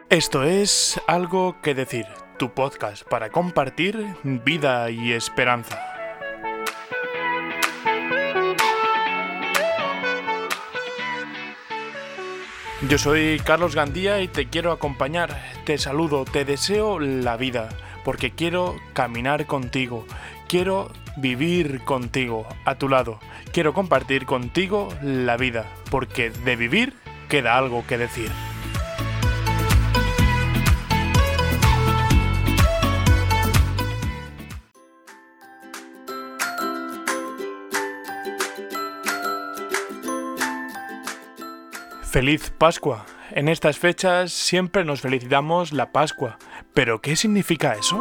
Esto es Algo que Decir, tu podcast para compartir vida y esperanza. Yo soy Carlos Gandía y te quiero acompañar, te saludo, te deseo la vida, porque quiero caminar contigo, quiero vivir contigo, a tu lado, quiero compartir contigo la vida, porque de vivir queda algo que decir. ¡Feliz Pascua! En estas fechas siempre nos felicitamos la Pascua. ¿Pero qué significa eso?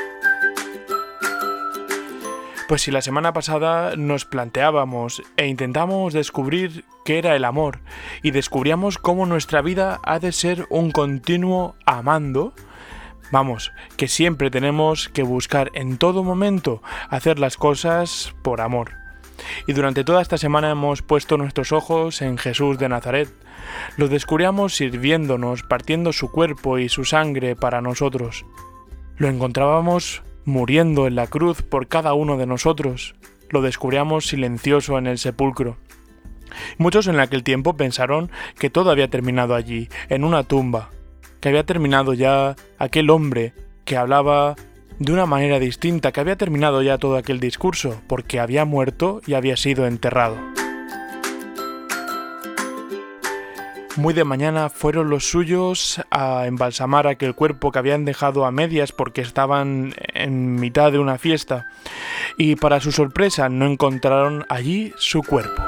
Pues si la semana pasada nos planteábamos e intentamos descubrir qué era el amor y descubríamos cómo nuestra vida ha de ser un continuo amando, vamos, que siempre tenemos que buscar en todo momento hacer las cosas por amor. Y durante toda esta semana hemos puesto nuestros ojos en Jesús de Nazaret. Lo descubríamos sirviéndonos, partiendo su cuerpo y su sangre para nosotros. Lo encontrábamos muriendo en la cruz por cada uno de nosotros. Lo descubríamos silencioso en el sepulcro. Muchos en aquel tiempo pensaron que todo había terminado allí, en una tumba, que había terminado ya aquel hombre que hablaba de una manera distinta, que había terminado ya todo aquel discurso, porque había muerto y había sido enterrado. Muy de mañana fueron los suyos a embalsamar aquel cuerpo que habían dejado a medias porque estaban en mitad de una fiesta, y para su sorpresa no encontraron allí su cuerpo,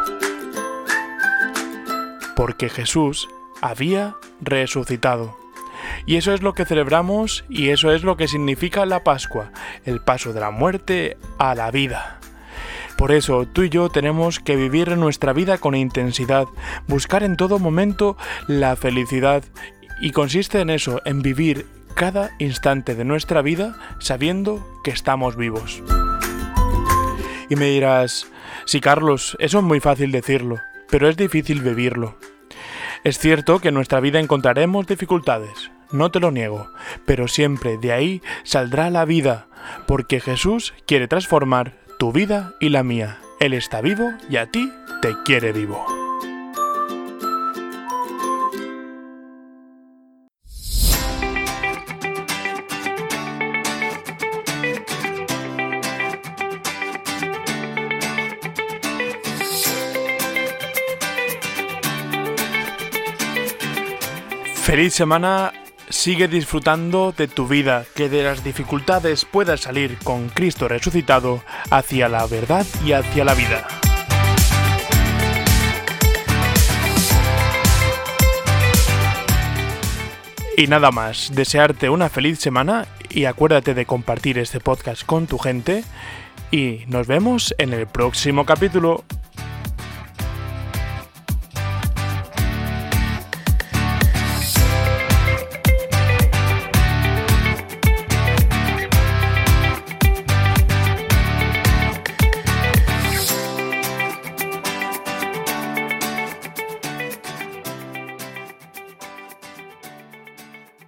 porque Jesús había resucitado. Y eso es lo que celebramos y eso es lo que significa la Pascua, el paso de la muerte a la vida. Por eso tú y yo tenemos que vivir nuestra vida con intensidad, buscar en todo momento la felicidad, y consiste en eso, en vivir cada instante de nuestra vida sabiendo que estamos vivos. Y me dirás, sí Carlos, eso es muy fácil decirlo, pero es difícil vivirlo. Es cierto que en nuestra vida encontraremos dificultades, no te lo niego, pero siempre de ahí saldrá la vida, porque Jesús quiere transformar tu vida y la mía. Él está vivo y a ti te quiere vivo. Feliz semana. Sigue disfrutando de tu vida, que de las dificultades puedas salir con Cristo resucitado hacia la verdad y hacia la vida. Y nada más, desearte una feliz semana y acuérdate de compartir este podcast con tu gente y nos vemos en el próximo capítulo.